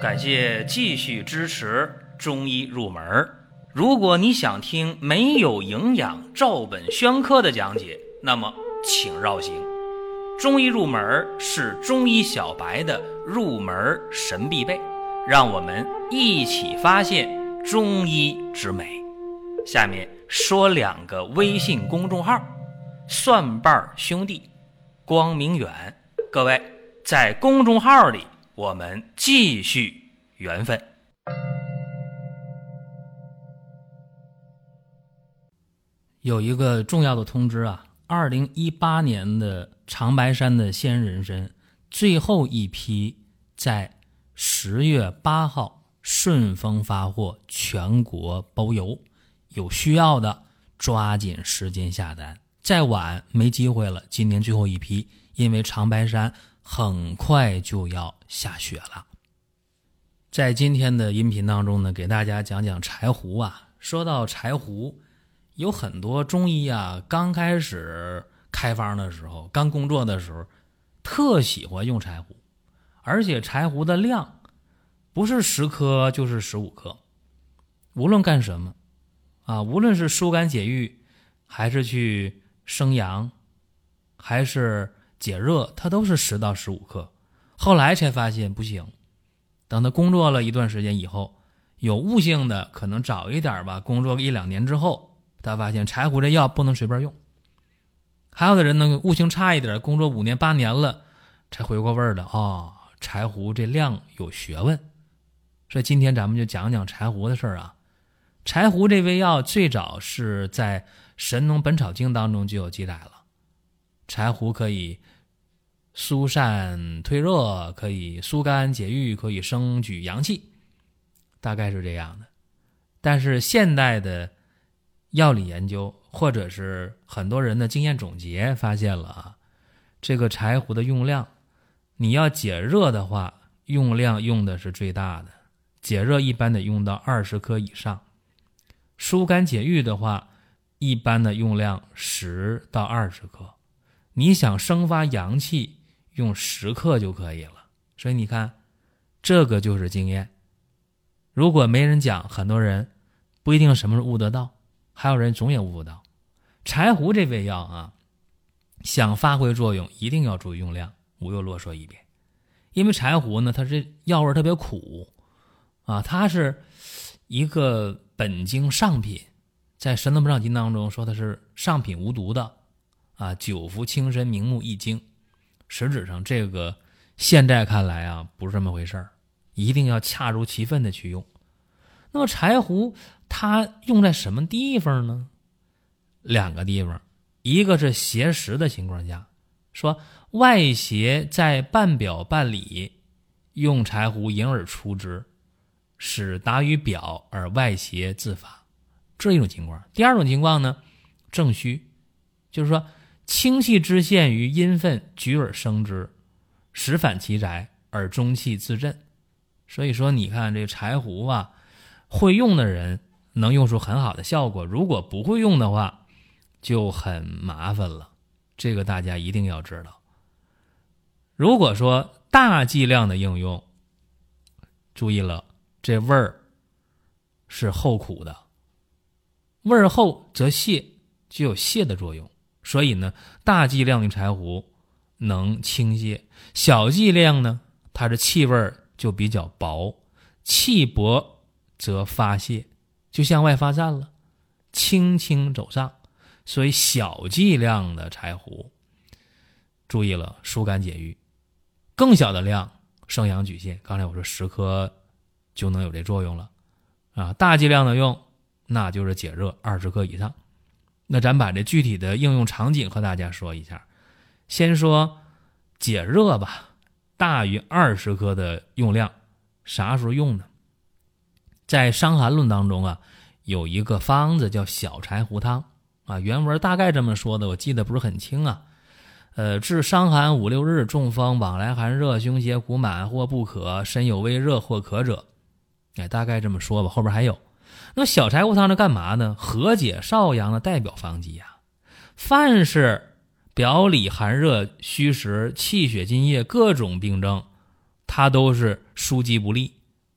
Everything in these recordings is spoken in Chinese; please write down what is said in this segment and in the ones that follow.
感谢继续支持中医入门。如果你想听没有营养照本宣科的讲解，那么请绕行。中医入门是中医小白的入门神必备，让我们一起发现中医之美。下面说2个微信公众号：蒜瓣兄弟、光明远。各位在公众号里，我们继续缘分。有一个重要的通知啊，2018年的长白山的鲜人参最后一批在10月8号顺丰发货，全国包邮，有需要的抓紧时间下单，再晚没机会了。今年最后一批，因为长白山很快就要下雪了。在今天的音频当中呢，给大家讲讲柴胡啊。说到柴胡，有很多中医啊，刚开始开方的时候，刚工作的时候，特喜欢用柴胡，而且柴胡的量不是10克就是15克，无论干什么啊，无论是疏肝解郁，还是去生阳，还是解热，它都是10到15克。后来才发现不行，等他工作了一段时间以后，有悟性的可能早一点吧，工作1-2年之后，他发现柴胡这药不能随便用。还有的人呢，悟性差一点，工作5年8年了才回过味儿的柴胡这量有学问。所以今天咱们就讲讲柴胡的事儿啊。柴胡这味药最早是在《神农本草经》当中就有记载了，柴胡可以疏散退热，可以疏肝解郁，可以升举阳气，大概是这样的。但是现代的药理研究或者是很多人的经验总结发现了啊，这个柴胡的用量，你要解热的话，用量用的是最大的，解热一般得用到20克以上，疏肝解郁的话，一般的用量10到20克，你想生发阳气，用10克就可以了。所以你看，这个就是经验。如果没人讲，很多人不一定什么时候悟得到，还有人总也悟不到。柴胡这味药啊，想发挥作用，一定要注意用量，我又啰嗦一遍。因为柴胡呢，它是药味特别苦啊，它是一个本经上品，在《神农本草经》当中说它是上品无毒的啊，久服轻身，明目易经。实质上这个现在看来啊，不是这么回事儿，一定要恰如其分的去用。那么柴胡它用在什么地方呢？2个地方，一个是邪实的情况下，说外邪在半表半里，用柴胡引而出之，使达于表而外邪自发，这一种情况。第2种情况呢，正虚，就是说清气之陷于阴分，举而生之，使反其宅而中气自振。所以说你看这个柴胡啊，会用的人能用出很好的效果，如果不会用的话就很麻烦了，这个大家一定要知道。如果说大剂量的应用，注意了，这味儿是后苦的，味儿后则泻，就有泻的作用。所以呢，大剂量的柴胡能清泻，小剂量呢，它的气味就比较薄，气薄则发泄，就向外发散了，轻轻走上。所以小剂量的柴胡，注意了，疏肝解郁，更小的量生阳举陷，刚才我说10克就能有这作用了啊。大剂量的用，那就是解热20克以上。那咱把这具体的应用场景和大家说一下。先说解热吧，大于20克的用量啥时候用呢？在《伤寒论》当中啊，有一个方子叫小柴胡汤啊，原文大概这么说的，我记得不是很清啊。治伤寒5、6日，中风，往来寒热，胸胁鼓满或不可，身有微热或渴者，大概这么说吧，后边还有。那么小柴胡汤是干嘛呢？和解少阳的代表方剂啊，凡是表里寒热、虚实、气血津液各种病症，它都是枢机不利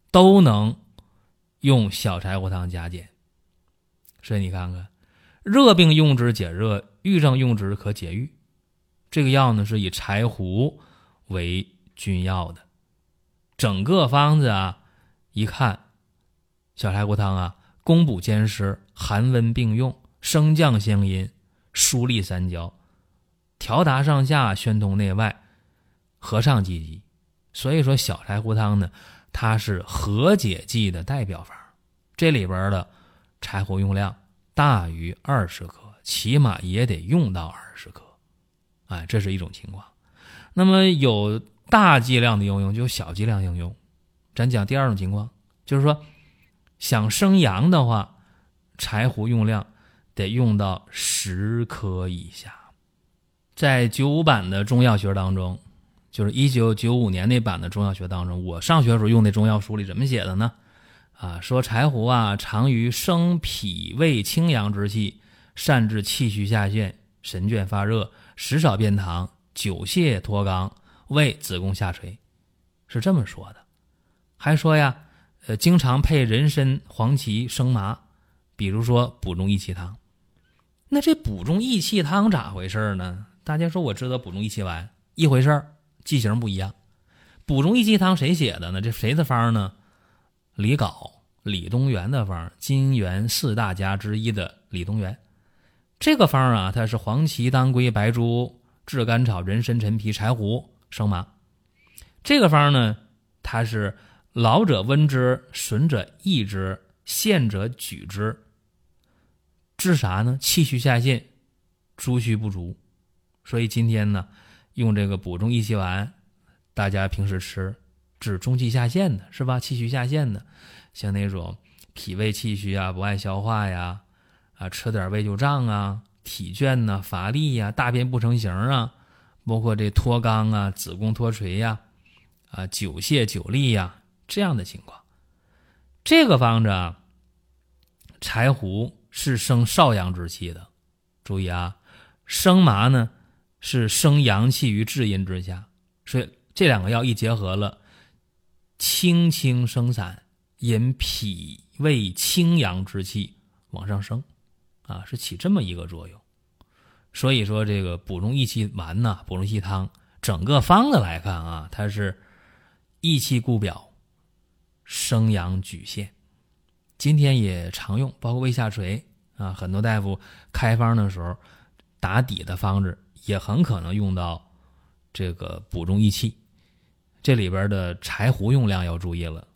都能用小柴胡汤加减。所以你看看，热病用之解热，郁症用之可解郁。这个药呢是以柴胡为君药的。整个方子啊，一看小柴胡汤啊，攻补兼施，寒温并用，升降相因，疏利三焦，调达上下，宣通内外，和畅济急。所以说小柴胡汤呢，它是和解剂的代表方，这里边的柴胡用量大于20克，起码也得用到20克。这是一种情况。那么有大剂量的应用，就有小剂量应用。咱讲第二种情况，就是说想生阳的话，柴胡用量得用到10克以下。在95版的中药学当中，就是1995年那版的中药学当中，我上学的时候用那中药书里怎么写的呢？说柴胡啊，常于生脾胃清阳之气，善治气虚下陷、神倦发热、食少便溏、久泻脱肛、为子宫下垂，是这么说的。还说呀，经常配人参、黄芪、生麻，比如说补中益气汤。那这补中益气汤咋回事呢？大家说我知道补中益气丸一回事儿，剂型不一样。补中益气汤谁写的呢？这谁的方呢？李杲、李东垣的方，金元4大家之一的李东垣。这个方啊，它是黄芪、当归、白术、炙甘草、人参、陈皮、柴胡、生麻。这个方呢，它是劳者温之，损者益之，陷者举之。治啥呢？气虚下陷，诸虚不足。所以今天呢，用这个补中益气丸，大家平时吃治中气下陷的，是吧？气虚下陷的，像那种脾胃气虚啊，不爱消化呀，吃点胃就胀啊，体倦呐，乏力呀，大便不成形啊，包括这脱肛啊，子宫脱垂呀，久泻久痢呀，这样的情况。这个方子啊，柴胡是生少阳之气的，注意啊，生麻呢是生阳气于至阴之下，所以这两个药一结合了，清清生散，引脾胃清阳之气往上升，是起这么一个作用。所以说这个补中益气丸呢，补中益气汤，整个方子来看啊，它是益气固表，生阳举陷。今天也常用，包括胃下垂很多大夫开方的时候打底的方子也很可能用到这个补中益气。这里边的柴胡用量要注意了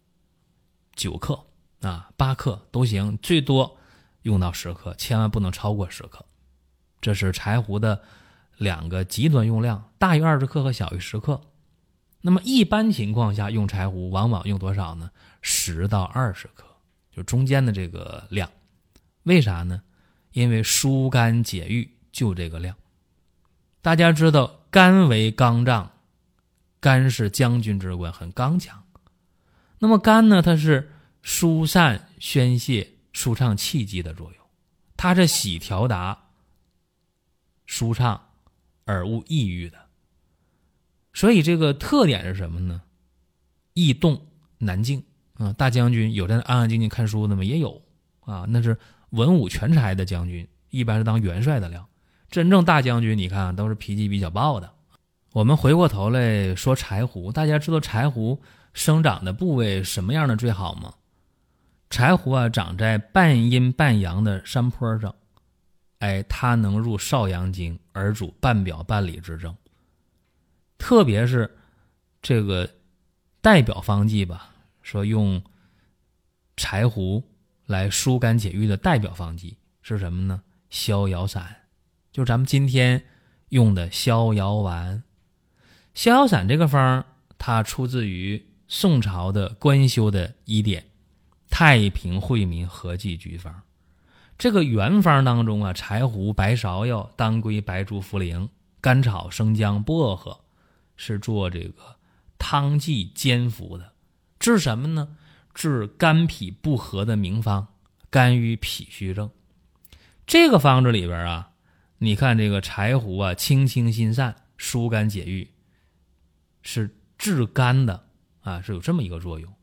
，9克8克都行，最多用到10克，千万不能超过10克。这是柴胡的两个极端用量，大于20克和小于10克。那么一般情况下用柴胡往往用多少呢？10到20克，就中间的这个量。为啥呢？因为疏肝解郁就这个量。大家知道肝为刚脏，肝是将军之官，很刚强。那么肝呢，它是疏散宣泄舒畅气机的作用，它是喜调达舒畅而无抑郁的。所以这个特点是什么呢？易动难静大将军有在安安静静看书的吗？也有那是文武全才的将军，一般是当元帅的料。真正大将军你看都是脾气比较暴的。我们回过头来说柴胡，大家知道柴胡生长的部位什么样的最好吗？柴胡长在半阴半阳的山坡上，它能入少阳经而主半表半里之症。特别是这个代表方剂吧，说用柴胡来疏肝解郁的代表方剂是什么呢？逍遥散，就是咱们今天用的逍遥丸。逍遥散这个方它出自于宋朝的官修的医典太平惠民和剂局方。这个原方当中柴胡、白芍药、当归、白术、茯苓、甘草、生姜、薄荷是做这个汤剂煎服的。治什么呢？治肝脾不和的名方，肝郁脾虚症。这个方子里边你看这个柴胡清清心散，疏肝解郁，是治肝的是有这么一个作用。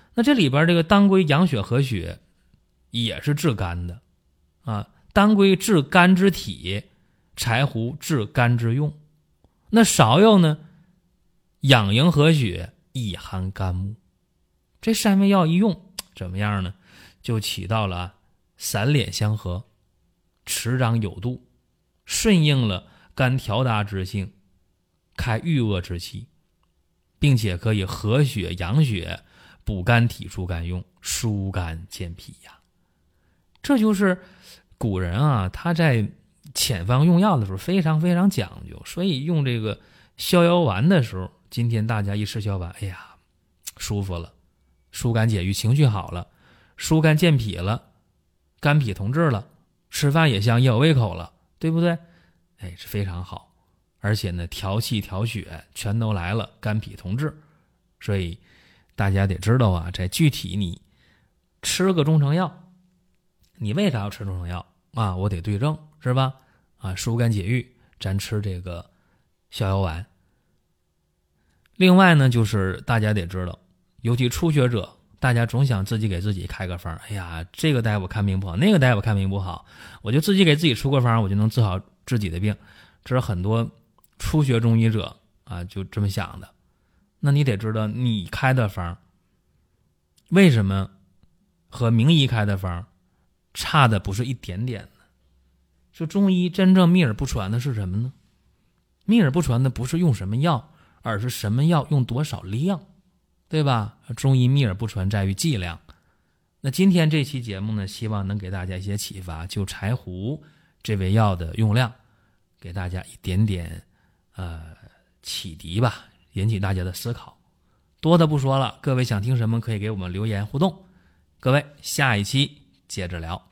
那这里边这个当归养血和血也是治肝的啊，当归治肝之体，柴胡治肝之用。那芍药呢，养营和血，益寒肝木。这3味药一用怎么样呢？就起到了散敛相合，持长有度，顺应了肝调达之性，开郁恶之气，并且可以和血养血，补肝体出肝用，疏肝健脾呀。这就是古人啊，他在遣方用药的时候非常非常讲究，所以用这个逍遥丸的时候，今天大家一吃逍遥丸，哎呀，舒服了，疏肝解郁，情绪好了，疏肝健脾了，肝脾同治了，吃饭也香，也有胃口了，对不对？哎，是非常好。而且呢，调气调血全都来了，肝脾同治。所以大家得知道啊，在具体你吃个中成药，你为啥要吃中成药啊？我得对症，是吧？啊，疏肝解郁，咱吃这个逍遥丸。另外呢，就是大家得知道，尤其初学者，大家总想自己给自己开个方，哎呀，这个大夫看病不好，那个大夫看病不好，我就自己给自己出个方，我就能治好自己的病。这是很多初学中医者啊就这么想的。那你得知道，你开的方为什么和名医开的方差的不是一点点呢？说中医真正秘而不传的是什么呢？秘而不传的不是用什么药，而是什么药用多少量，对吧？中医秘而不传在于剂量。那今天这期节目呢，希望能给大家一些启发，就柴胡这味药的用量，给大家一点点启迪吧，引起大家的思考。多的不说了，各位想听什么可以给我们留言互动。各位，下一期接着聊。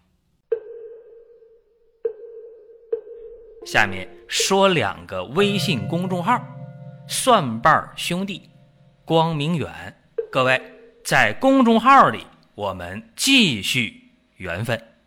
下面说2个微信公众号：蒜瓣兄弟、光明远。各位在公众号里，我们继续缘分。